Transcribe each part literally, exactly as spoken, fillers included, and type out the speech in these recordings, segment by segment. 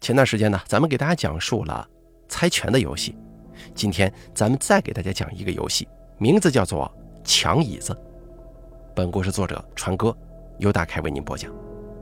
前段时间呢，咱们给大家讲述了猜拳的游戏，今天咱们再给大家讲一个游戏，名字叫做抢椅子。本故事作者川哥由大开为您播讲。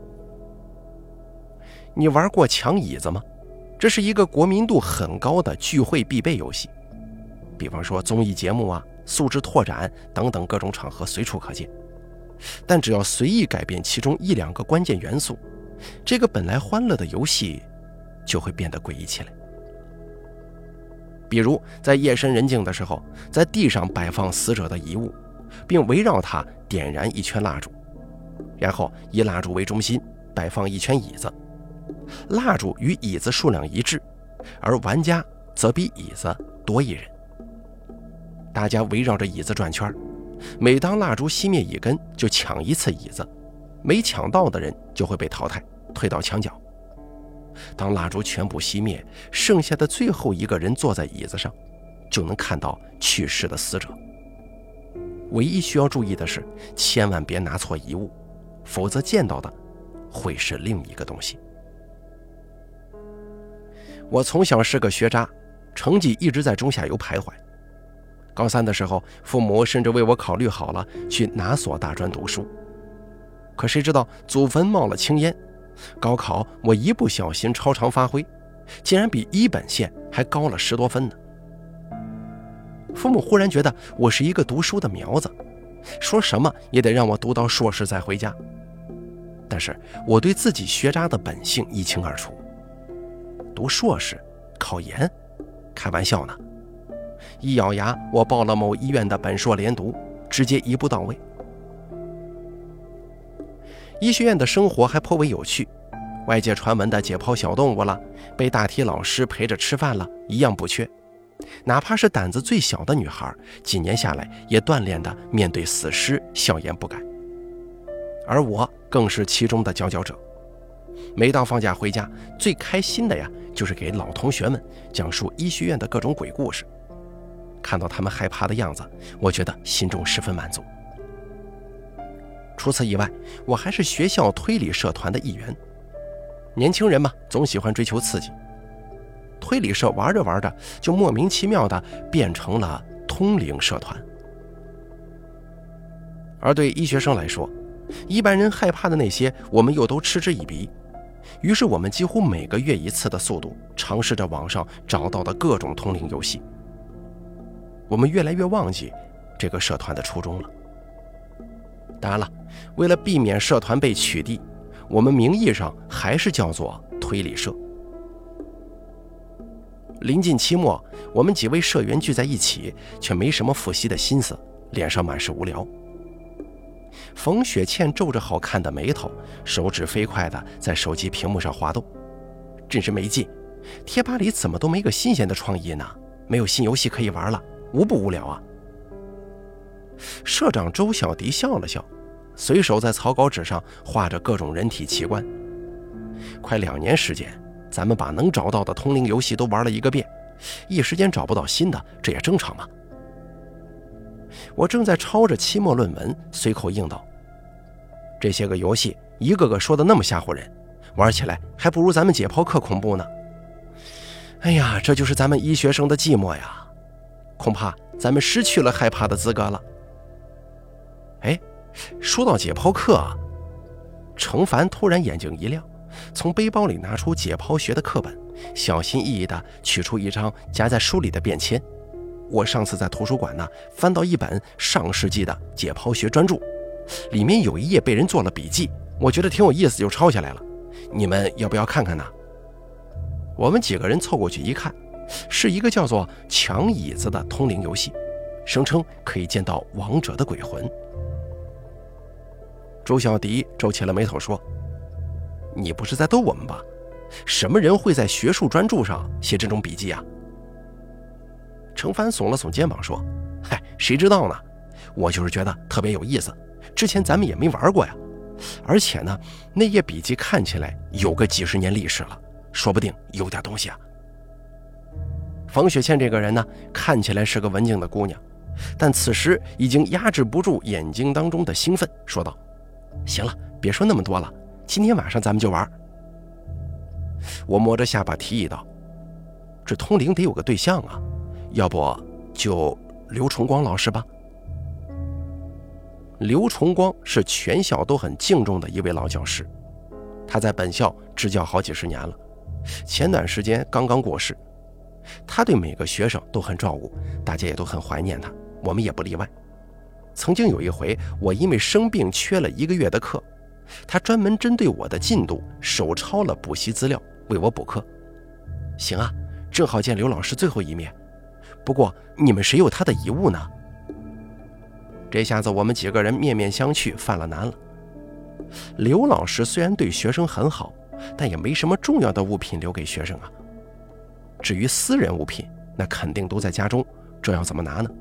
你玩过抢椅子吗？这是一个国民度很高的聚会必备游戏，比方说综艺节目啊、素质拓展等等各种场合随处可见。但只要随意改变其中一两个关键元素，这个本来欢乐的游戏就会变得诡异起来。比如在夜深人静的时候，在地上摆放死者的遗物，并围绕它点燃一圈蜡烛，然后以蜡烛为中心摆放一圈椅子，蜡烛与椅子数量一致，而玩家则比椅子多一人。大家围绕着椅子转圈，每当蜡烛熄灭一根就抢一次椅子，没抢到的人就会被淘汰，退到墙角。当蜡烛全部熄灭，剩下的最后一个人坐在椅子上，就能看到去世的死者。唯一需要注意的是，千万别拿错遗物，否则见到的会是另一个东西。我从小是个学渣，成绩一直在中下游徘徊。高三的时候，父母甚至为我考虑好了去哪所大专读书。可谁知道祖坟冒了青烟，高考我一不小心超常发挥，竟然比一本线还高了十多分呢。父母忽然觉得我是一个读书的苗子，说什么也得让我读到硕士再回家。但是我对自己学渣的本性一清二楚，读硕士考研，开玩笑呢。一咬牙，我报了某医院的本硕连读，直接一步到位。医学院的生活还颇为有趣，外界传闻的解剖小动物了，被大体老师陪着吃饭了，一样不缺。哪怕是胆子最小的女孩，几年下来也锻炼的面对死尸笑颜不改。而我更是其中的佼佼者。每到放假回家，最开心的呀，就是给老同学们讲述医学院的各种鬼故事。看到他们害怕的样子，我觉得心中十分满足。除此以外，我还是学校推理社团的一员。年轻人嘛，总喜欢追求刺激。推理社玩着玩着，就莫名其妙地变成了通灵社团。而对医学生来说，一般人害怕的那些，我们又都嗤之以鼻。于是我们几乎每个月一次的速度，尝试着网上找到的各种通灵游戏。我们越来越忘记这个社团的初衷了。当然了，为了避免社团被取缔，我们名义上还是叫做推理社。临近期末，我们几位社员聚在一起，却没什么复习的心思，脸上满是无聊。冯雪倩皱着好看的眉头，手指飞快地在手机屏幕上滑动，真是没劲，贴吧里怎么都没个新鲜的创意呢？没有新游戏可以玩了，无不无聊啊。社长周小迪笑了笑，随手在草稿纸上画着各种人体器官。快两年时间，咱们把能找到的通灵游戏都玩了一个遍，一时间找不到新的，这也正常嘛。我正在抄着期末论文，随口应道：这些个游戏一个个说的那么吓唬人，玩起来还不如咱们解剖课恐怖呢。哎呀，这就是咱们医学生的寂寞呀，恐怕咱们失去了害怕的资格了。哎，说到解剖课啊，程凡突然眼睛一亮，从背包里拿出解剖学的课本，小心翼翼地取出一张夹在书里的便签。我上次在图书馆呢，翻到一本上世纪的解剖学专著，里面有一页被人做了笔记，我觉得挺有意思，就抄下来了。你们要不要看看呢？我们几个人凑过去一看，是一个叫做抢椅子的通灵游戏，声称可以见到亡者的鬼魂。周小迪皱起了眉头说：你不是在逗我们吧？什么人会在学术专著上写这种笔记啊？程帆耸了耸肩膀说：嗨，谁知道呢，我就是觉得特别有意思，之前咱们也没玩过呀。而且呢，那页笔记看起来有个几十年历史了，说不定有点东西啊。冯雪倩这个人呢，看起来是个文静的姑娘，但此时已经压制不住眼睛当中的兴奋，说道：行了，别说那么多了，今天晚上咱们就玩。 我摸着下巴提议道：“这通灵得有个对象啊，要不就刘崇光老师吧。”刘崇光是全校都很敬重的一位老教师，他在本校支教好几十年了，前段时间刚刚过世。他对每个学生都很照顾，大家也都很怀念他，我们也不例外。曾经有一回，我因为生病缺了一个月的课，他专门针对我的进度手抄了补习资料，为我补课。行啊，正好见刘老师最后一面，不过你们谁有他的遗物呢？这下子我们几个人面面相觑，犯了难了。刘老师虽然对学生很好，但也没什么重要的物品留给学生啊。至于私人物品，那肯定都在家中，这要怎么拿呢？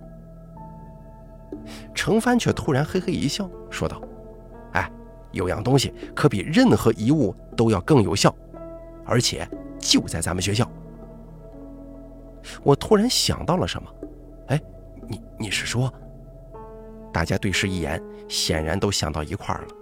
程帆却突然嘿嘿一笑，说道：“哎，有样东西可比任何遗物都要更有效，而且就在咱们学校。”我突然想到了什么，哎，你你是说？大家对视一眼，显然都想到一块儿了。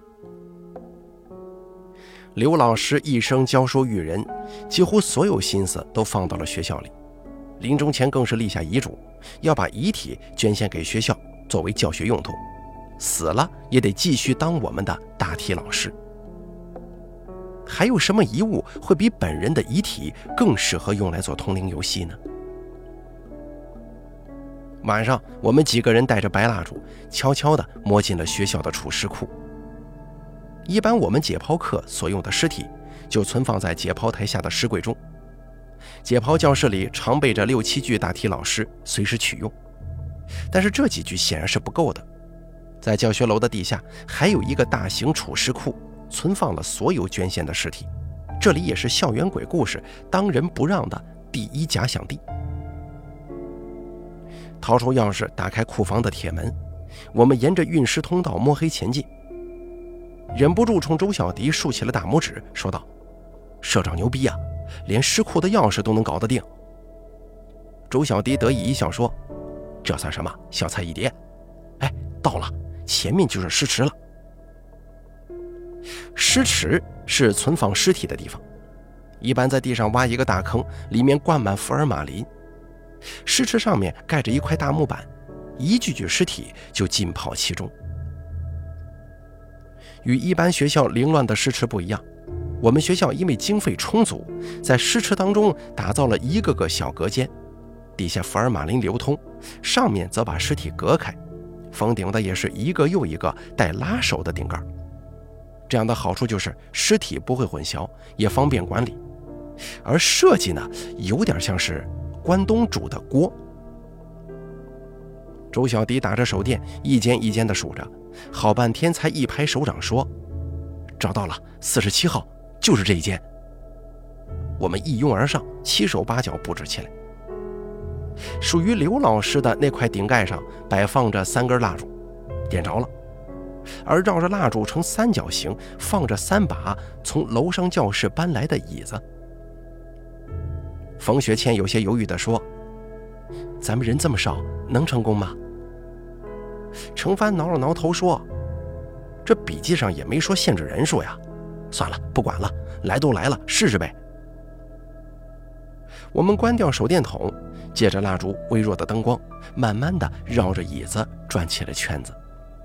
刘老师一生教书育人，几乎所有心思都放到了学校里，临终前更是立下遗嘱，要把遗体捐献给学校作为教学用途，死了也得继续当我们的大体老师。还有什么遗物会比本人的遗体更适合用来做通灵游戏呢？晚上，我们几个人带着白蜡烛，悄悄地摸进了学校的储尸库。一般我们解剖课所用的尸体就存放在解剖台下的尸柜中，解剖教室里常备着六七具大体老师，随时取用。但是这几具显然是不够的，在教学楼的地下还有一个大型储尸库，存放了所有捐献的尸体，这里也是校园鬼故事当仁不让的第一假想地。掏出钥匙，打开库房的铁门，我们沿着运尸通道摸黑前进，忍不住冲周小迪竖起了大拇指，说道：“社长牛逼啊，连尸库的钥匙都能搞得定。”周小迪得意一笑说：“这算什么，小菜一碟。哎，到了，前面就是尸池了。”尸池是存放尸体的地方，一般在地上挖一个大坑，里面灌满福尔马林。尸池上面盖着一块大木板，一具具尸体就浸泡其中。与一般学校凌乱的尸池不一样，我们学校因为经费充足，在尸池当中打造了一个个小隔间，底下福尔马林流通，上面则把尸体隔开，封顶的也是一个又一个带拉手的顶盖。这样的好处就是尸体不会混淆，也方便管理。而设计呢，有点像是关东煮的锅。周小迪打着手电，一间一间的数着，好半天才一拍手掌说：“找到了，四十七号，就是这一间。”我们一拥而上，七手八脚布置起来。属于刘老师的那块顶盖上摆放着三根蜡烛，点着了，而绕着蜡烛呈三角形放着三把从楼上教室搬来的椅子。冯雪倩有些犹豫地说：“咱们人这么少，能成功吗？”程帆挠了挠头说：“这笔记上也没说限制人数呀，算了，不管了，来都来了，试试呗。”我们关掉手电筒，借着蜡烛微弱的灯光，慢慢地绕着椅子转起了圈子。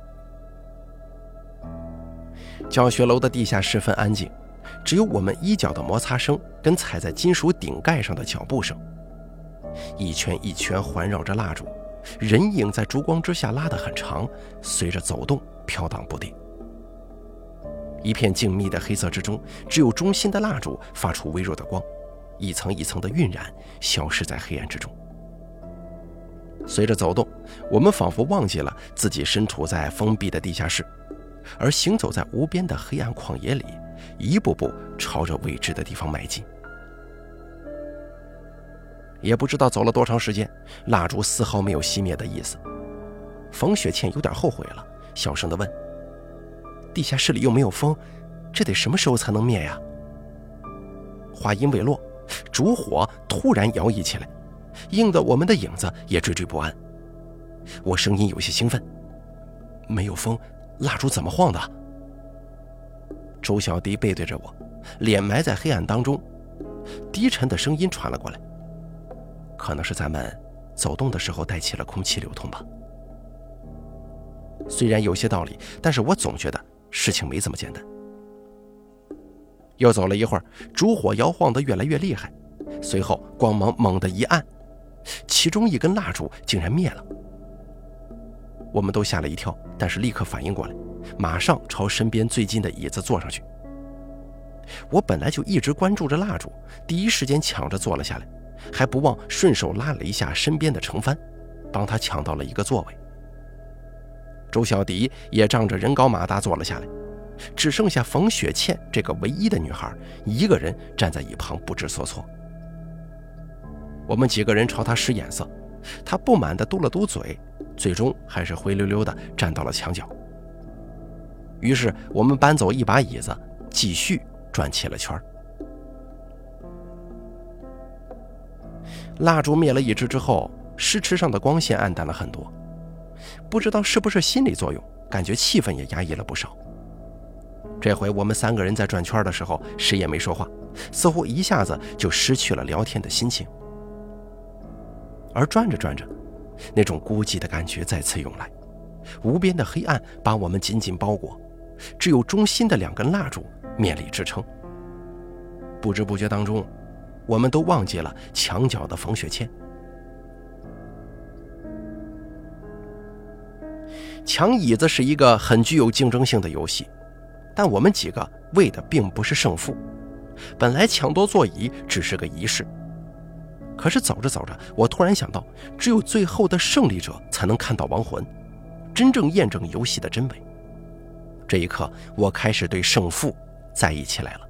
教学楼的地下十分安静，只有我们衣角的摩擦声跟踩在金属顶盖上的脚步声。一圈一圈环绕着蜡烛，人影在烛光之下拉得很长，随着走动飘荡不定。一片静谧的黑色之中，只有中心的蜡烛发出微弱的光，一层一层的晕染，消失在黑暗之中。随着走动，我们仿佛忘记了自己身处在封闭的地下室，而行走在无边的黑暗旷野里，一步步朝着未知的地方迈进。也不知道走了多长时间，蜡烛丝毫没有熄灭的意思。冯雪倩有点后悔了，小声地问：“地下室里又没有风，这得什么时候才能灭呀？”话音未落，烛火突然摇曳起来，映得我们的影子也惴惴不安。我声音有些兴奋：“没有风，蜡烛怎么晃的？”周小迪背对着我， 脸埋在黑暗当中，低沉的声音传了过来，可能是咱们走动的时候带起了空气流通吧。虽然有些道理，但是我总觉得事情没这么简单。又走了一会儿，烛火摇晃得越来越厉害，随后光芒猛地一暗，其中一根蜡烛竟然灭了。我们都吓了一跳，但是立刻反应过来，马上朝身边最近的椅子坐上去。我本来就一直关注着蜡烛，第一时间抢着坐了下来，还不忘顺手拉了一下身边的程帆，帮他抢到了一个座位。周小迪也仗着人高马大坐了下来，只剩下冯雪倩这个唯一的女孩一个人站在一旁不知所措。我们几个人朝她使眼色，她不满地嘟了嘟嘴，最终还是灰溜溜地站到了墙角。于是我们搬走一把椅子，继续转起了圈。蜡烛灭了一支之后，尸池上的光线暗淡了很多，不知道是不是心理作用，感觉气氛也压抑了不少。这回我们三个人在转圈的时候，谁也没说话，似乎一下子就失去了聊天的心情。而转着转着，那种孤寂的感觉再次涌来，无边的黑暗把我们紧紧包裹，只有中心的两根蜡烛勉力支撑。不知不觉当中，我们都忘记了墙角的冯雪倩。抢椅子是一个很具有竞争性的游戏，但我们几个为的并不是胜负，本来抢夺座椅只是个仪式。可是走着走着，我突然想到，只有最后的胜利者才能看到亡魂，真正验证游戏的真伪。这一刻，我开始对胜负在意起来了。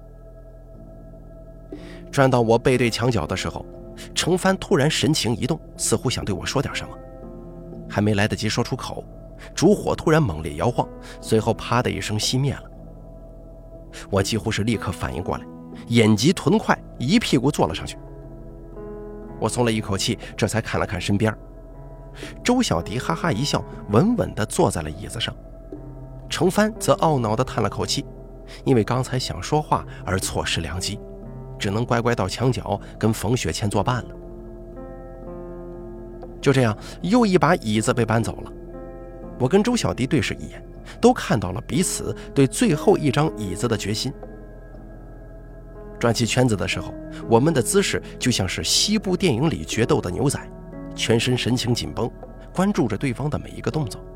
转到我背对墙角的时候，程帆突然神情一动，似乎想对我说点什么，还没来得及说出口，烛火突然猛烈摇晃，随后啪的一声熄灭了。我几乎是立刻反应过来，眼疾臀快，一屁股坐了上去。我松了一口气，这才看了看身边，周小迪哈哈一笑，稳稳地坐在了椅子上。程帆则懊恼地叹了口气，因为刚才想说话而错失良机，只能乖乖到墙角跟冯雪倩作伴了。就这样，又一把椅子被搬走了。我跟周小迪对视一眼，都看到了彼此对最后一张椅子的决心。转起圈子的时候，我们的姿势就像是西部电影里决斗的牛仔，全身神情紧绷，关注着对方的每一个动作。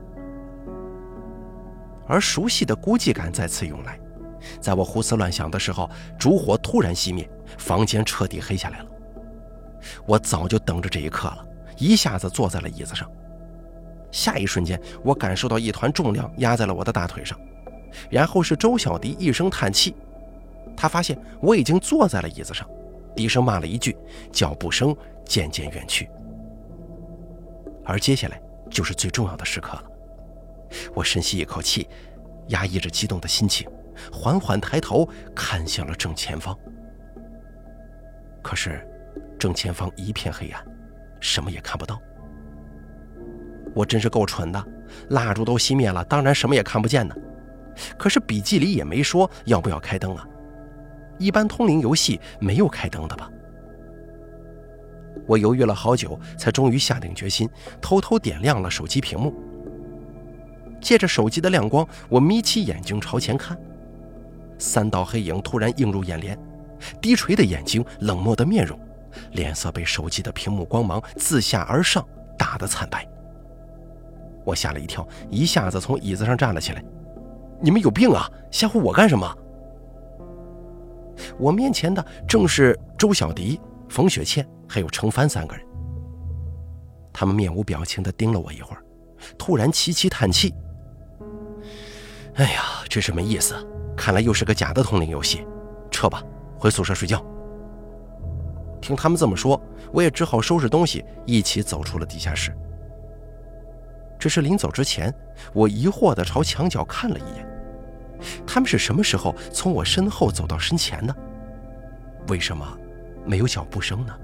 而熟悉的孤寂感再次涌来，在我胡思乱想的时候，烛火突然熄灭，房间彻底黑下来了。我早就等着这一刻了，一下子坐在了椅子上。下一瞬间，我感受到一团重量压在了我的大腿上，然后是周小迪一声叹气，他发现我已经坐在了椅子上，低声骂了一句，脚步声渐渐远去。而接下来就是最重要的时刻了。我深吸一口气，压抑着激动的心情，缓缓抬头看向了正前方。可是正前方一片黑暗，什么也看不到。我真是够蠢的，蜡烛都熄灭了，当然什么也看不见呢。可是笔记里也没说要不要开灯啊，一般通灵游戏没有开灯的吧。我犹豫了好久，才终于下定决心，偷偷点亮了手机屏幕。借着手机的亮光，我眯起眼睛朝前看，三道黑影突然映入眼帘，低垂的眼睛，冷漠的面容，脸色被手机的屏幕光芒自下而上打得惨白。我吓了一跳，一下子从椅子上站了起来。你们有病啊，吓唬我干什么？我面前的正是周小迪、冯雪倩还有程帆三个人，他们面无表情地盯了我一会儿，突然齐齐叹气。哎呀，真是没意思，看来又是个假的通灵游戏，撤吧，回宿舍睡觉。听他们这么说，我也只好收拾东西，一起走出了地下室。只是临走之前，我疑惑地朝墙角看了一眼，他们是什么时候从我身后走到身前的？为什么没有脚步声呢？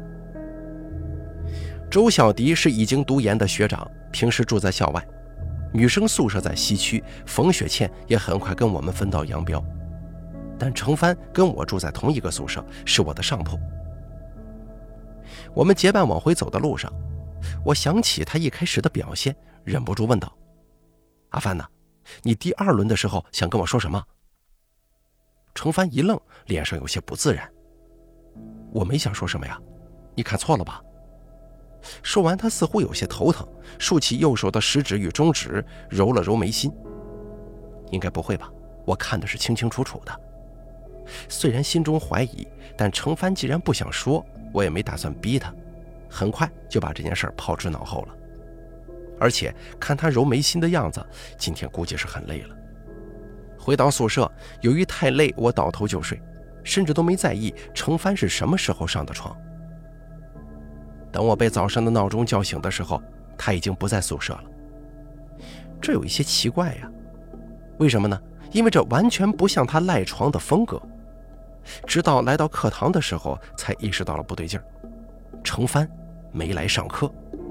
周小迪是已经读研的学长，平时住在校外， 女生宿舍在西区，冯雪倩也很快跟我们分道扬镳。但程帆跟我住在同一个宿舍，是我的上铺。我们结伴往回走的路上，我想起他一开始的表现，忍不住问道：“阿帆呐，你第二轮的时候想跟我说什么？”程帆一愣，脸上有些不自然。我没想说什么呀，你看错了吧？说完，他似乎有些头疼，竖起右手的食指与中指，揉了揉眉心。应该不会吧？我看的是清清楚楚的。虽然心中怀疑，但程帆既然不想说，我也没打算逼他，很快就把这件事抛之脑后了。而且看他揉眉心的样子，今天估计是很累了。回到宿舍，由于太累，我倒头就睡，甚至都没在意程帆是什么时候上的床。等我被早上的闹钟叫醒的时候，他已经不在宿舍了。这有一些奇怪呀，为什么呢？因为这完全不像他赖床的风格。直到来到课堂的时候，才意识到了不对劲儿，程帆没来上课。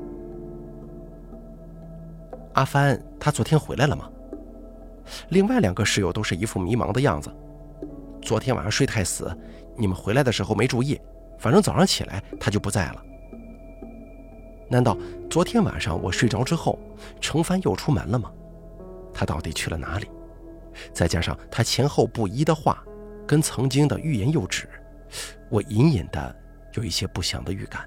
阿帆他昨天回来了吗？另外两个室友都是一副迷茫的样子。昨天晚上睡太死，你们回来的时候没注意，反正早上起来他就不在了。难道昨天晚上我睡着之后，程帆又出门了吗？他到底去了哪里？再加上他前后不一的话，跟曾经的欲言又止，我隐隐的有一些不祥的预感。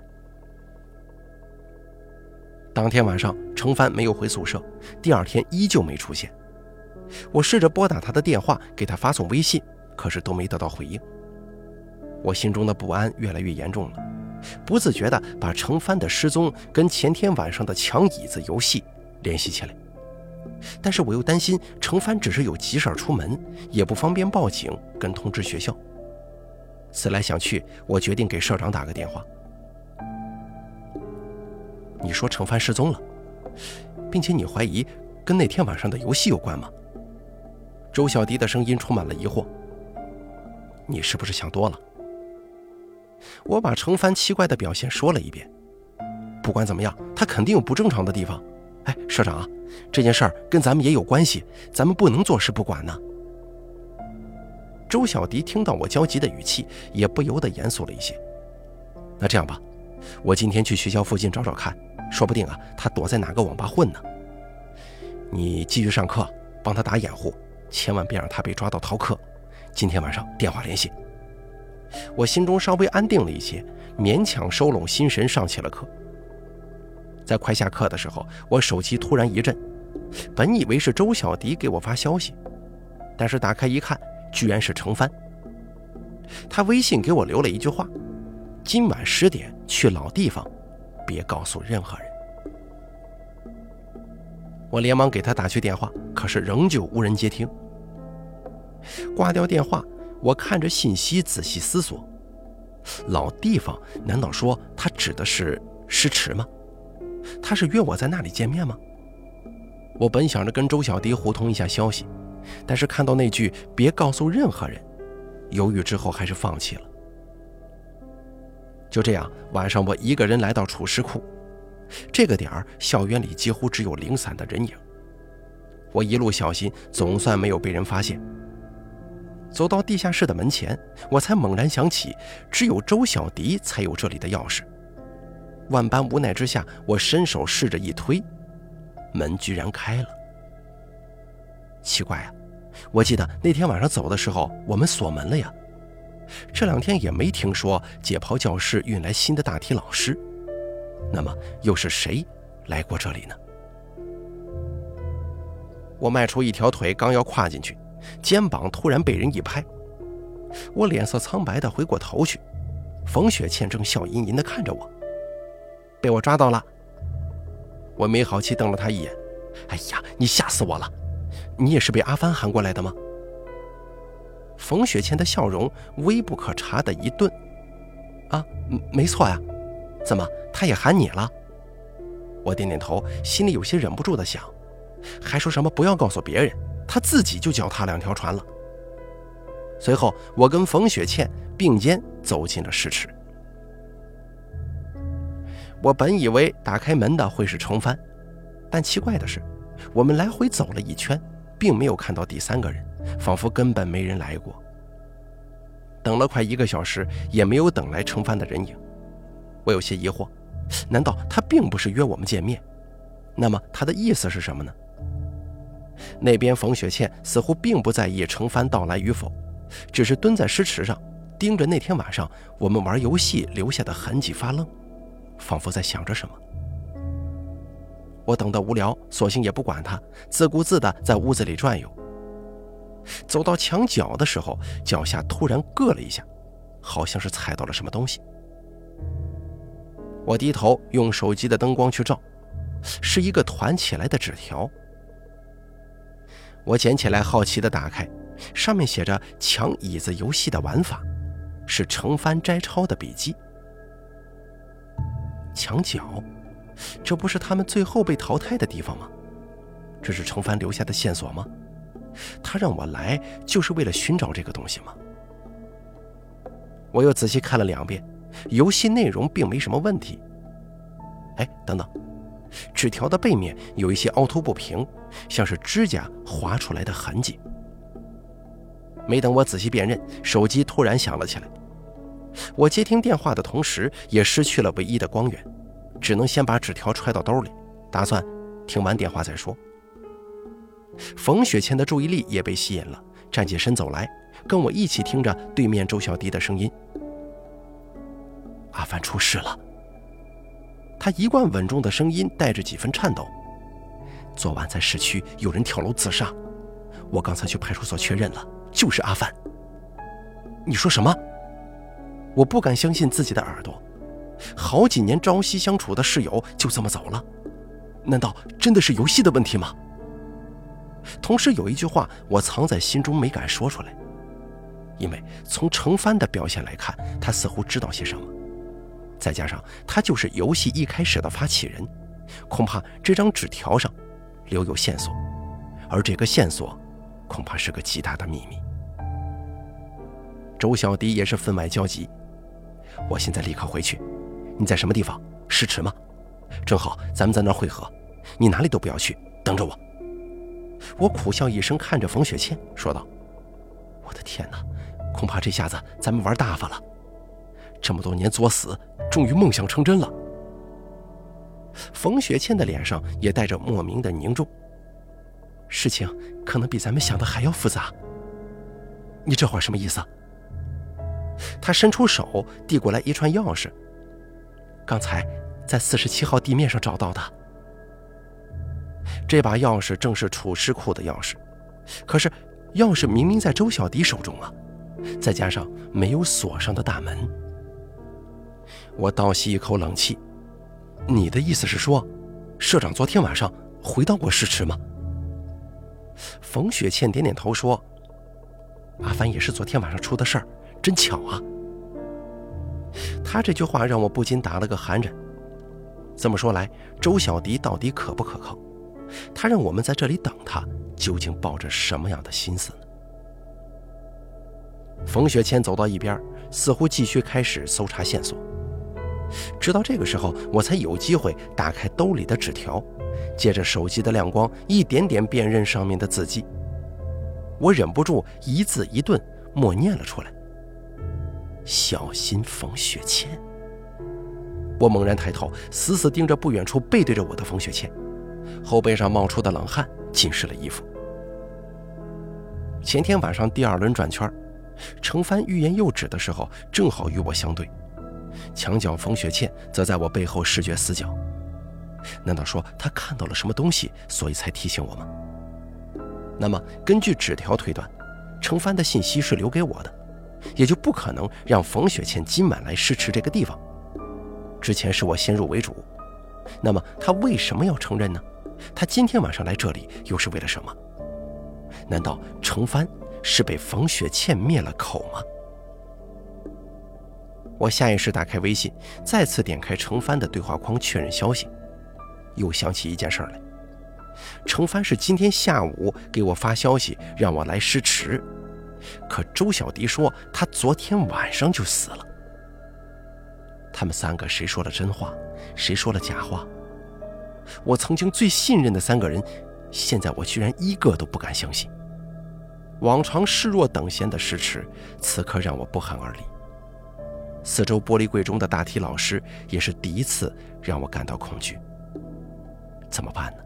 当天晚上，程帆没有回宿舍，第二天依旧没出现。我试着拨打他的电话，给他发送微信，可是都没得到回应。我心中的不安越来越严重了，不自觉地把程帆的失踪跟前天晚上的抢椅子游戏联系起来。但是我又担心程帆只是有急事出门，也不方便报警跟通知学校。思来想去，我决定给社长打个电话。你说程帆失踪了，并且你怀疑跟那天晚上的游戏有关吗？周小迪的声音充满了疑惑。你是不是想多了？我把程帆奇怪的表现说了一遍。不管怎么样，他肯定有不正常的地方。哎，社长啊，这件事儿跟咱们也有关系，咱们不能坐视不管呢。周小迪听到我焦急的语气，也不由得严肃了一些。那这样吧，我今天去学校附近找找看，说不定啊，他躲在哪个网吧混呢。你继续上课，帮他打掩护，千万别让他被抓到逃课。今天晚上电话联系。我心中稍微安定了一些，勉强收拢心神上起了课。在快下课的时候，我手机突然一震，本以为是周小迪给我发消息，但是打开一看，居然是程帆。他微信给我留了一句话：今晚十点去老地方，别告诉任何人。我连忙给他打去电话，可是仍旧无人接听。挂掉电话，我看着信息仔细思索，老地方难道说他指的是诗池吗？他是约我在那里见面吗？我本想着跟周小迪互通一下消息，但是看到那句别告诉任何人，犹豫之后还是放弃了。就这样，晚上我一个人来到储尸库。这个点儿，校园里几乎只有零散的人影。我一路小心，总算没有被人发现。走到地下室的门前，我才猛然想起，只有周小迪才有这里的钥匙。万般无奈之下，我伸手试着一推，门居然开了。奇怪啊，我记得那天晚上走的时候，我们锁门了呀。这两天也没听说解剖教室运来新的大体老师，那么又是谁来过这里呢？我迈出一条腿，刚要跨进去，肩膀突然被人一拍，我脸色苍白地回过头去，冯雪倩正笑吟吟地看着我。被我抓到了。我没好气瞪了他一眼。哎呀，你吓死我了，你也是被阿帆喊过来的吗？冯雪倩的笑容微不可察的一顿。啊，没错呀，怎么他也喊你了？我点点头，心里有些忍不住的想，还说什么不要告诉别人，他自己就脚踏两条船了。随后我跟冯雪倩并肩走进了尸池。我本以为打开门的会是程帆，但奇怪的是， 我们来回走了一圈，并没有看到第三个人，仿佛根本没人来过。等了快一个小时，也没有等来程帆的人影。我有些疑惑，难道他并不是约我们见面？那么他的意思是什么呢？那边冯雪倩似乎并不在意程帆到来与否，只是蹲在尸池上，盯着那天晚上我们玩游戏留下的痕迹发愣，仿佛在想着什么。我等得无聊，索性也不管他，自顾自地在屋子里转悠。走到墙角的时候，脚下突然硌了一下，好像是踩到了什么东西。我低头用手机的灯光去照，是一个团起来的纸条。我捡起来好奇地打开，上面写着抢椅子游戏的玩法，是程帆摘抄的笔记。墙角，这不是他们最后被淘汰的地方吗？这是程帆留下的线索吗？他让我来就是为了寻找这个东西吗？我又仔细看了两遍，游戏内容并没什么问题。哎，等等，纸条的背面有一些凹凸不平，像是指甲划出来的痕迹。没等我仔细辨认，手机突然响了起来。我接听电话的同时也失去了唯一的光源，只能先把纸条揣到兜里，打算听完电话再说。冯雪倩的注意力也被吸引了，站起身走来，跟我一起听着对面周小迪的声音。阿帆出事了。他一贯稳重的声音带着几分颤抖。昨晚在市区有人跳楼自杀，我刚才去派出所确认了，就是阿帆。你说什么？我不敢相信自己的耳朵，好几年朝夕相处的室友就这么走了，难道真的是游戏的问题吗？同时有一句话我藏在心中没敢说出来，因为从程帆的表现来看，他似乎知道些什么，再加上他就是游戏一开始的发起人，恐怕这张纸条上留有线索，而这个线索恐怕是个极大的秘密。周小迪也是分外焦急，我现在立刻回去。你在什么地方？诗池吗？正好咱们在那儿会合，你哪里都不要去，等着我。我苦笑一声，看着冯雪倩说道：我的天哪，恐怕这下子咱们玩大发了，这么多年作死，终于梦想成真了。冯雪倩的脸上也带着莫名的凝重，事情可能比咱们想的还要复杂。你这话什么意思？他伸出手递过来一串钥匙，刚才在四十七号地面上找到的。这把钥匙正是储尸库的钥匙，可是钥匙明明在周小迪手中啊，再加上没有锁上的大门。我倒吸一口冷气，你的意思是说，社长昨天晚上回到过市池吗？冯雪倩点点头说：阿帆也是昨天晚上出的事儿，真巧啊。他这句话让我不禁打了个寒颤。这么说来，周小迪到底可不可靠？他让我们在这里等他，究竟抱着什么样的心思呢？冯雪倩走到一边，似乎继续开始搜查线索。直到这个时候，我才有机会打开兜里的纸条，借着手机的亮光，一点点辨认上面的字迹。我忍不住一字一顿默念了出来：小心冯雪倩。我猛然抬头，死死盯着不远处背对着我的冯雪倩，后背上冒出的冷汗浸湿了衣服。前天晚上第二轮转圈，程帆欲言又止的时候，正好与我相对，墙角冯雪倩则在我背后视觉死角。难道说他看到了什么东西，所以才提醒我吗？那么根据纸条推断，程帆的信息是留给我的，也就不可能让冯雪倩今晚来诗池这个地方。之前是我先入为主，那么他为什么要承认呢？他今天晚上来这里又是为了什么？难道程帆是被冯雪倩灭了口吗？我下意识打开微信，再次点开程帆的对话框确认消息，又想起一件事来。程帆是今天下午给我发消息让我来诗池，可周小迪说他昨天晚上就死了。他们三个谁说了真话，谁说了假话？我曾经最信任的三个人， 现在我居然一个都不敢相信。往常视若等闲的诗词，此刻让我不寒而栗。四周玻璃柜中的大体老师也是第一次让我感到恐惧。怎么办呢？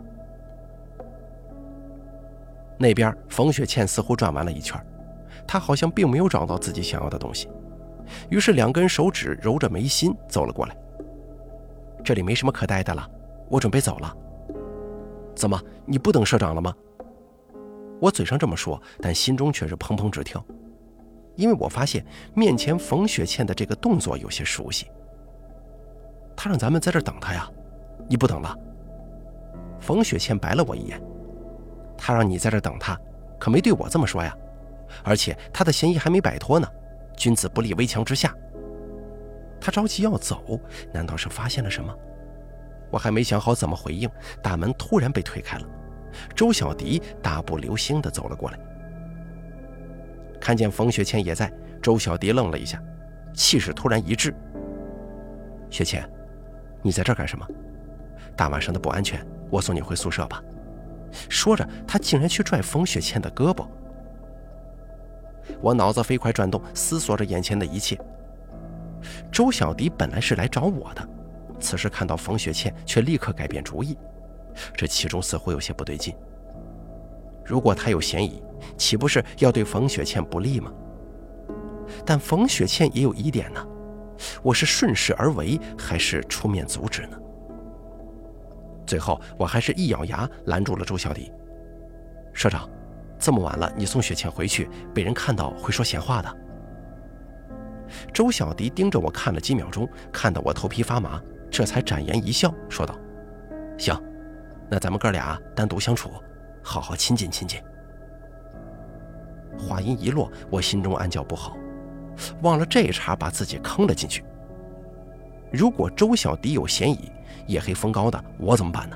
那边冯雪倩似乎转完了一圈，她好像并没有找到自己想要的东西，于是两根手指揉着眉心走了过来。这里没什么可待的了，我准备走了。怎么，你不等社长了吗？我嘴上这么说，但心中却是砰砰直跳，因为我发现面前冯雪倩的这个动作有些熟悉。她让咱们在这儿等她呀，你不等了？冯雪倩白了我一眼，她让你在这儿等她，可没对我这么说呀，而且她的嫌疑还没摆脱呢，君子不立危墙之下。她着急要走，难道是发现了什么？我还没想好怎么回应，大门突然被推开了，周小迪大步流星地走了过来。看见冯雪倩也在，周小迪愣了一下，气势突然一滞。雪倩，你在这儿干什么？大晚上的不安全，我送你回宿舍吧。说着，他竟然去拽冯雪倩的胳膊。我脑子飞快转动，思索着眼前的一切。周小迪本来是来找我的，此时看到冯雪倩却立刻改变主意，这其中似乎有些不对劲。如果他有嫌疑，岂不是要对冯雪倩不利吗？但冯雪倩也有疑点呢，我是顺势而为还是出面阻止呢？最后我还是一咬牙拦住了周小迪。社长，这么晚了你送雪倩回去，被人看到会说闲话的。周小迪盯着我看了几秒钟，看得我头皮发麻，这才展颜一笑说道：行，那咱们哥俩单独相处，好好亲近亲近。话音一落，我心中暗叫不好，忘了这一茬把自己坑了进去。如果周小迪有嫌疑，夜黑风高的，我怎么办呢？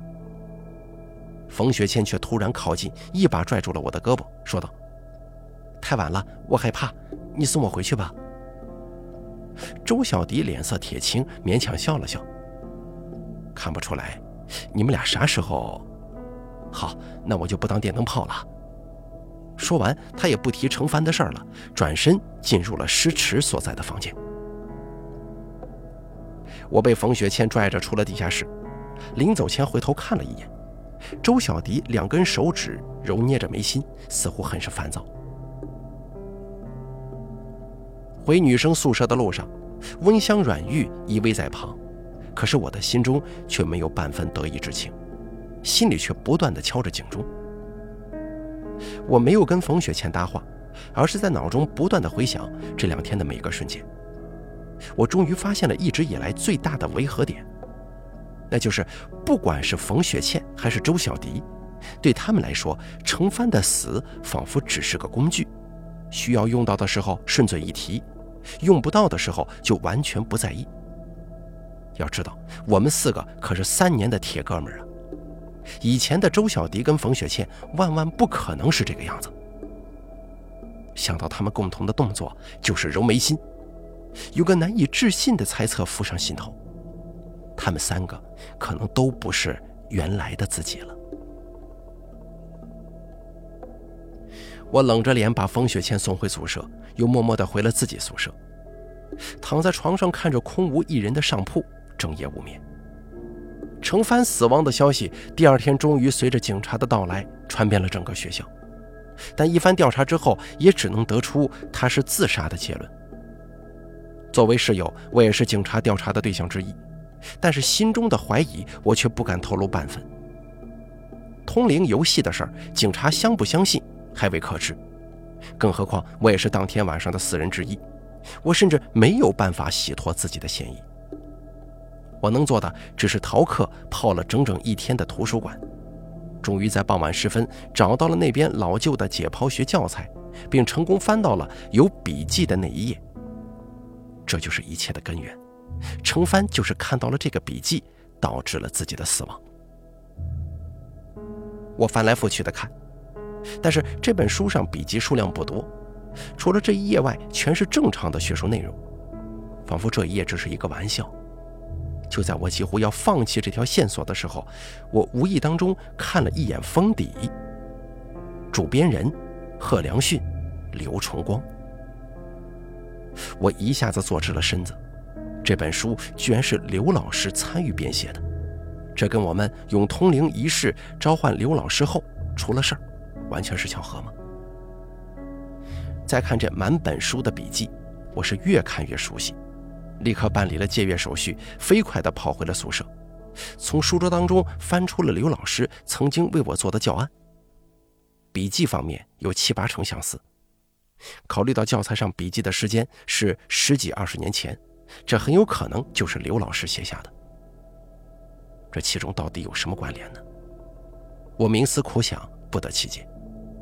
冯雪倩却突然靠近，一把拽住了我的胳膊，说道：太晚了，我害怕，你送我回去吧。周小迪脸色铁青，勉强笑了笑。看不出来，你们俩啥时候……好，那我就不当电灯泡了。说完，他也不提程帆的事儿了，转身进入了诗池所在的房间。我被冯雪倩拽着出了地下室，临走前回头看了一眼，周小迪两根手指揉捏着眉心，似乎很是烦躁。回女生宿舍的路上，温香软玉依偎在旁，可是我的心中却没有半分得意之情，心里却不断地敲着警钟。我没有跟冯雪倩搭话，而是在脑中不断地回想这两天的每个瞬间。我终于发现了一直以来最大的违和点，那就是不管是冯雪倩还是周小迪，对他们来说，程帆的死仿佛只是个工具，需要用到的时候顺嘴一提，用不到的时候就完全不在意。要知道，我们四个可是三年的铁哥们儿啊！以前的周小迪跟冯雪倩万万不可能是这个样子。想到他们共同的动作就是揉眉心，有个难以置信的猜测浮上心头，他们三个可能都不是原来的自己了。我冷着脸把冯雪倩送回宿舍，又默默地回了自己宿舍，躺在床上看着空无一人的上铺，整夜无眠。程帆死亡的消息第二天终于随着警察的到来传遍了整个学校，但一番调查之后也只能得出他是自杀的结论。作为室友，我也是警察调查的对象之一，但是心中的怀疑我却不敢透露半分。通灵游戏的事儿，警察相不相信还未可知，更何况我也是当天晚上的死人之一，我甚至没有办法洗脱自己的嫌疑。我能做的只是逃课，泡了整整一天的图书馆，终于在傍晚时分找到了那边老旧的解剖学教材，并成功翻到了有笔记的那一页。这就是一切的根源，程帆就是看到了这个笔记，导致了自己的死亡。我翻来覆去的看，但是这本书上笔记数量不多，除了这一页外全是正常的学术内容，仿佛这一页只是一个玩笑。 就在我几乎要放弃这条线索的时候，我无意当中看了一眼封底，主编人贺良训、刘崇光。我一下子坐直了身子，这本书居然是刘老师参与编写的，这跟我们用通灵仪式召唤刘老师后出了事儿，完全是巧合吗？再看这满本书的笔记，我是越看越熟悉，立刻办理了借阅手续，飞快地跑回了宿舍，从书桌当中翻出了刘老师曾经为我做的教案，笔记方面有七八成相似。考虑到教材上笔记的时间是十几二十年前，这很有可能就是刘老师写下的。这其中到底有什么关联呢？我冥思苦想，不得其解。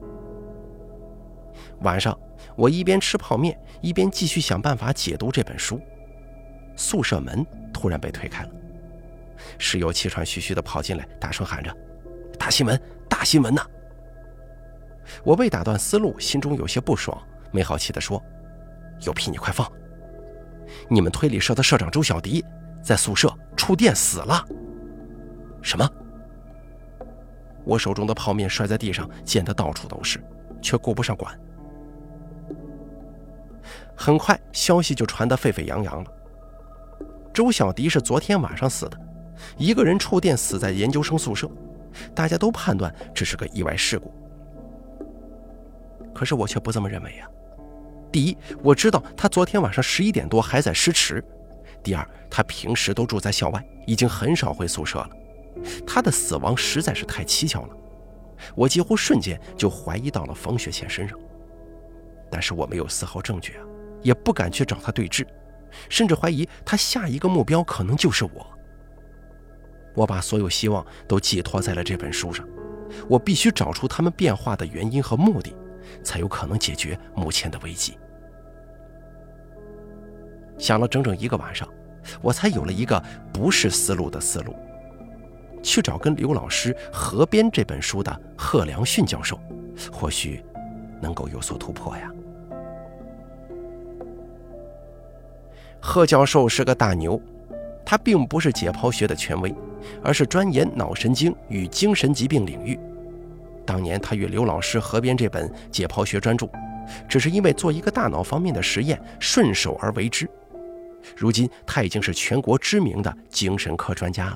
晚上，我一边吃泡面，一边继续想办法解读这本书。宿舍门突然被推开了，室友气喘吁吁地跑进来，大声喊着：“大新闻，大新闻呐！”我被打断思路，心中有些不爽，没好气地说：“有屁你快放！你们推理社的社长周小迪在宿舍触电死了。”什么？我手中的泡面摔在地上，溅得到处都是，却顾不上管。很快消息就传得沸沸扬扬了。周小迪是昨天晚上死的，一个人触电死在研究生宿舍，大家都判断这是个意外事故。可是我却不这么认为呀。第一，我知道他昨天晚上十一点多还在诗池；第二，他平时都住在校外，已经很少回宿舍了。他的死亡实在是太蹊跷了，我几乎瞬间就怀疑到了冯雪倩身上。但是我没有丝毫证据啊，也不敢去找他对峙，甚至怀疑他下一个目标可能就是我。我把所有希望都寄托在了这本书上，我必须找出他们变化的原因和目的，才有可能解决目前的危机。想了整整一个晚上，我才有了一个不是思路的思路，去找跟刘老师合编这本书的贺良训教授，或许能够有所突破呀。贺教授是个大牛，他并不是解剖学的权威，而是专研脑神经与精神疾病领域。当年他与刘老师合编这本解剖学专著，只是因为做一个大脑方面的实验顺手而为之。如今他已经是全国知名的精神科专家了。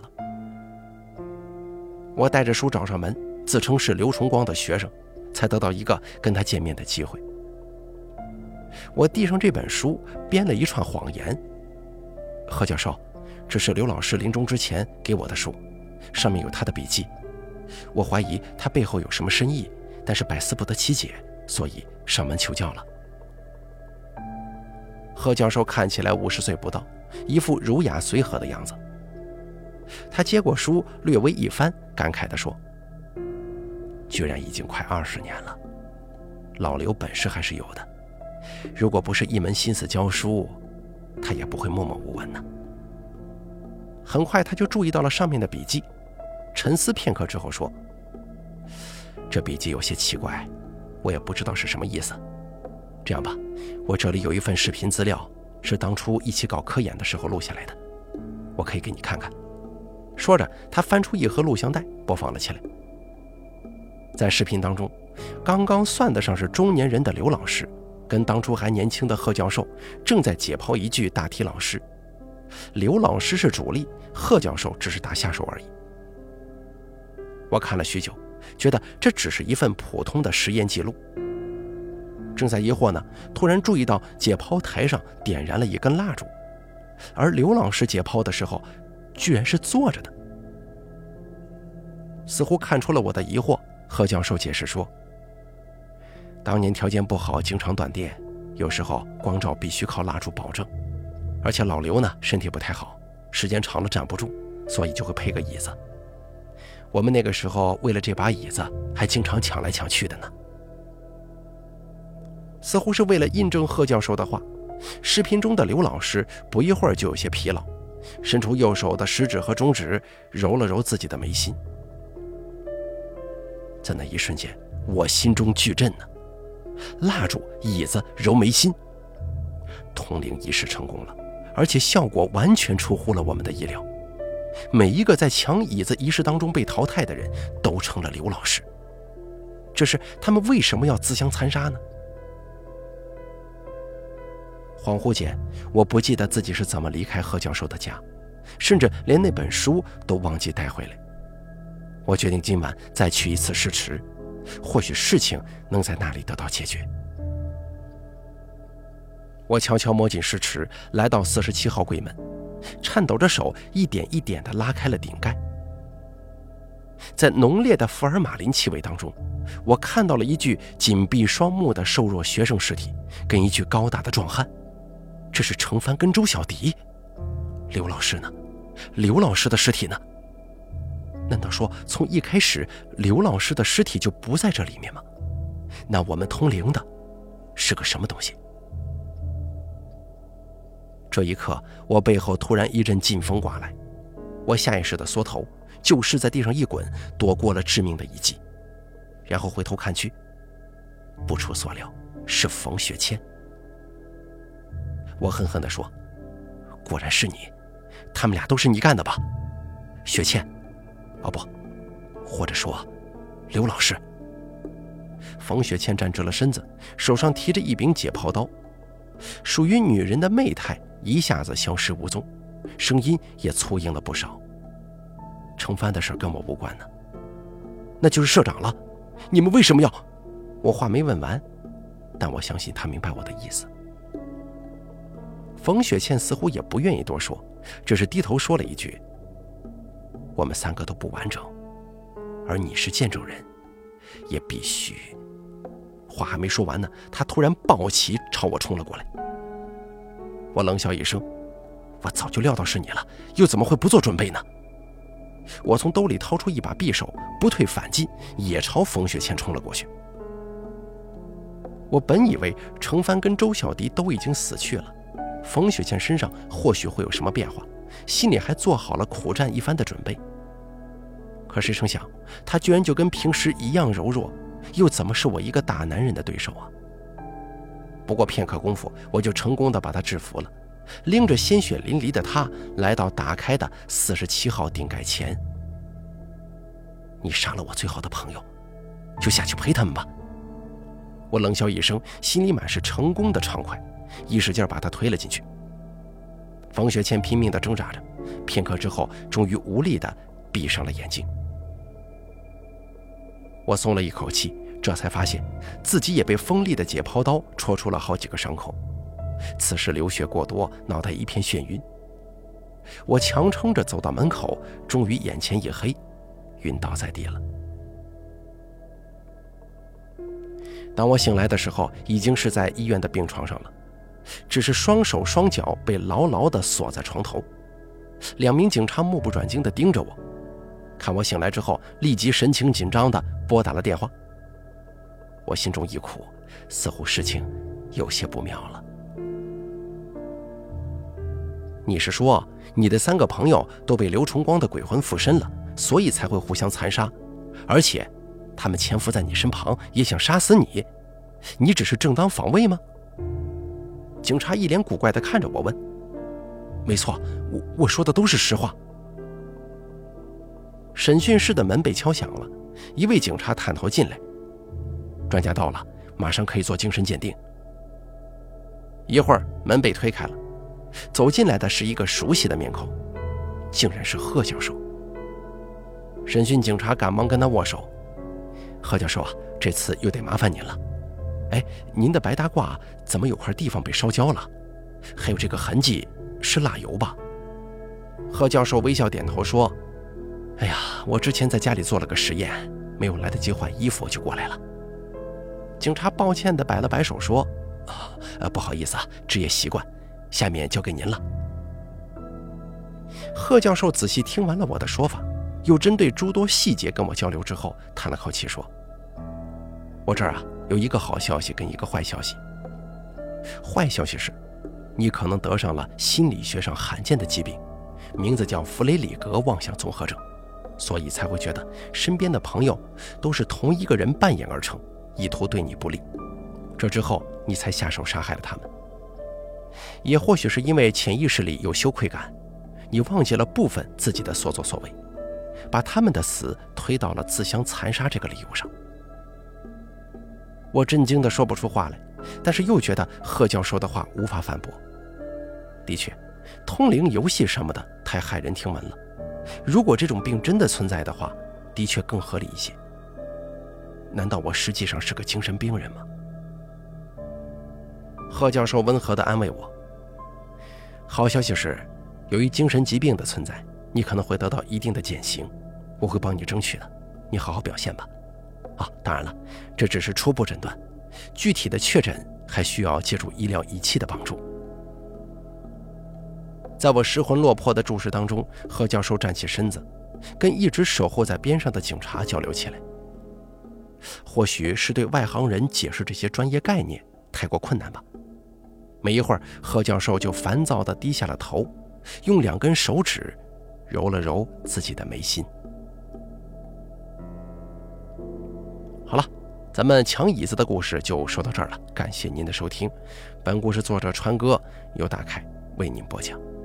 我带着书找上门，自称是刘崇光的学生，才得到一个跟他见面的机会。我递上这本书，编了一串谎言：“贺教授，这是刘老师临终之前给我的书，上面有他的笔记。我怀疑他背后有什么深意，但是百思不得其解，所以上门求教了。”贺教授看起来五十岁不到，一副儒雅随和的样子。他接过书，略微一翻，感慨地说：“居然已经快二十年了，老刘本事还是有的。如果不是一门心思教书，他也不会默默无闻呢。”很快他就注意到了上面的笔记，沉思片刻之后说：“这笔记有些奇怪，我也不知道是什么意思。这样吧，我这里有一份视频资料，是当初一起搞科研的时候录下来的，我可以给你看看。”说着，他翻出一盒录像带，播放了起来。在视频当中，刚刚算得上是中年人的刘老师跟当初还年轻的贺教授正在解剖一具大体老尸，刘老师是主力，贺教授只是打下手而已。我看了许久，觉得这只是一份普通的实验记录。正在疑惑呢，突然注意到解剖台上点燃了一根蜡烛，而刘老师解剖的时候居然是坐着的。似乎看出了我的疑惑，贺教授解释说：“当年条件不好，经常断电，有时候光照必须靠蜡烛保证。而且老刘呢身体不太好，时间长了站不住，所以就会配个椅子。我们那个时候为了这把椅子，还经常抢来抢去的呢。”似乎是为了印证贺教授的话，视频中的刘老师不一会儿就有些疲劳，伸出右手的食指和中指揉了揉自己的眉心。在那一瞬间，我心中巨震呢。蜡烛、椅子、揉眉心，通灵仪式成功了，而且效果完全出乎了我们的意料。 每一个在抢椅子仪式当中被淘汰的人都成了刘老师。这是他们为什么要自相残杀呢？恍惚间，我不记得自己是怎么离开贺教授的家，甚至连那本书都忘记带回来。我决定今晚再去一次尸池，或许事情能在那里得到解决。我悄悄摸进尸池，来到四十七号柜门，颤抖着手一点一点地拉开了顶盖。在浓烈的福尔马林气味当中，我看到了一具紧闭双目的瘦弱学生尸体，跟一具高大的壮汉。这是程帆跟周小迪。刘老师呢？刘老师的尸体呢？难道说从一开始刘老师的尸体就不在这里面吗？那我们通灵的是个什么东西？这一刻，我背后突然一阵劲风刮来，我下意识地缩头，就势在地上一滚，躲过了致命的一击。然后回头看去，不出所料，是冯雪倩。我恨恨地说：“果然是你，他们俩都是你干的吧？雪倩，哦不，或者说，刘老师。”冯雪倩站直了身子，手上提着一柄解剖刀，属于女人的媚态一下子消失无踪，声音也粗硬了不少。程帆的事跟我无关呢，那就是社长了。你们为什么要……我话没问完，但我相信他明白我的意思。冯雪倩似乎也不愿意多说，只是低头说了一句：“我们三个都不完整，而你是见证人，也必须……”话还没说完呢，他突然暴起，朝我冲了过来。我冷笑一声：“我早就料到是你了，又怎么会不做准备呢？”我从兜里掏出一把匕首，不退反进，也朝冯雪倩冲了过去。我本以为程帆跟周小迪都已经死去了，冯雪倩身上或许会有什么变化，心里还做好了苦战一番的准备。可谁成想，她居然就跟平时一样柔弱，又怎么是我一个大男人的对手啊？不过片刻功夫，我就成功的把她制服了，拎着鲜血淋漓的她来到打开的四十七号顶盖前。你杀了我最好的朋友，就下去陪他们吧。我冷笑一声，心里满是成功的畅快，一使劲把她推了进去。冯雪倩拼命地挣扎着，片刻之后终于无力地闭上了眼睛。我松了一口气，这才发现自己也被锋利的解剖刀戳出了好几个伤口，此时流血过多，脑袋一片眩晕。我强撑着走到门口，终于眼前一黑，晕倒在地了。当我醒来的时候，已经是在医院的病床上了，只是双手双脚被牢牢地锁在床头。两名警察目不转睛地盯着我，看我醒来之后，立即神情紧张地拨打了电话。我心中一苦，似乎事情有些不妙了。你是说你的三个朋友都被刘崇光的鬼魂附身了，所以才会互相残杀，而且他们潜伏在你身旁，也想杀死你，你只是正当防卫吗？警察一脸古怪地看着我问。没错，我我说的都是实话。审讯室的门被敲响了，一位警察探头进来。专家到了，马上可以做精神鉴定。一会儿门被推开了，走进来的是一个熟悉的面孔，竟然是贺教授。审讯警察赶忙跟他握手。贺教授啊，这次又得麻烦您了。哎，您的白大褂怎么有块地方被烧焦了？还有这个痕迹是蜡油吧？贺教授微笑点头说：“哎呀，我之前在家里做了个实验，没有来得及换衣服就过来了。”警察抱歉地摆了摆手说：“啊，呃，不好意思啊，职业习惯，下面交给您了。”贺教授仔细听完了我的说法，又针对诸多细节跟我交流之后，叹了口气说：“我这儿啊有一个好消息跟一个坏消息。坏消息是，你可能得上了心理学上罕见的疾病，名字叫弗雷里格妄想综合症，所以才会觉得身边的朋友都是同一个人扮演而成，意图对你不利。这之后你才下手杀害了他们。也或许是因为潜意识里有羞愧感， 你忘记了部分自己的所作所为，把他们的死推到了自相残杀这个理由上。我震惊地说不出话来，但是又觉得贺教授的话无法反驳。的确，通灵游戏什么的太骇人听闻了，如果这种病真的存在的话，的确更合理一些。难道我实际上是个精神病人吗？贺教授温和地安慰我，好消息是，由于精神疾病的存在，你可能会得到一定的减刑，我会帮你争取的，你好好表现吧。啊，当然了，这只是初步诊断，具体的确诊还需要借助医疗仪器的帮助。在我失魂落魄的注视当中，贺教授站起身子，跟一直守候在边上的警察交流起来。或许是对外行人解释这些专业概念太过困难吧。没一会儿，贺教授就烦躁地低下了头，用两根手指揉了揉自己的眉心。好了，咱们抢椅子的故事就说到这儿了，感谢您的收听。本故事作者川哥由大凯为您播讲。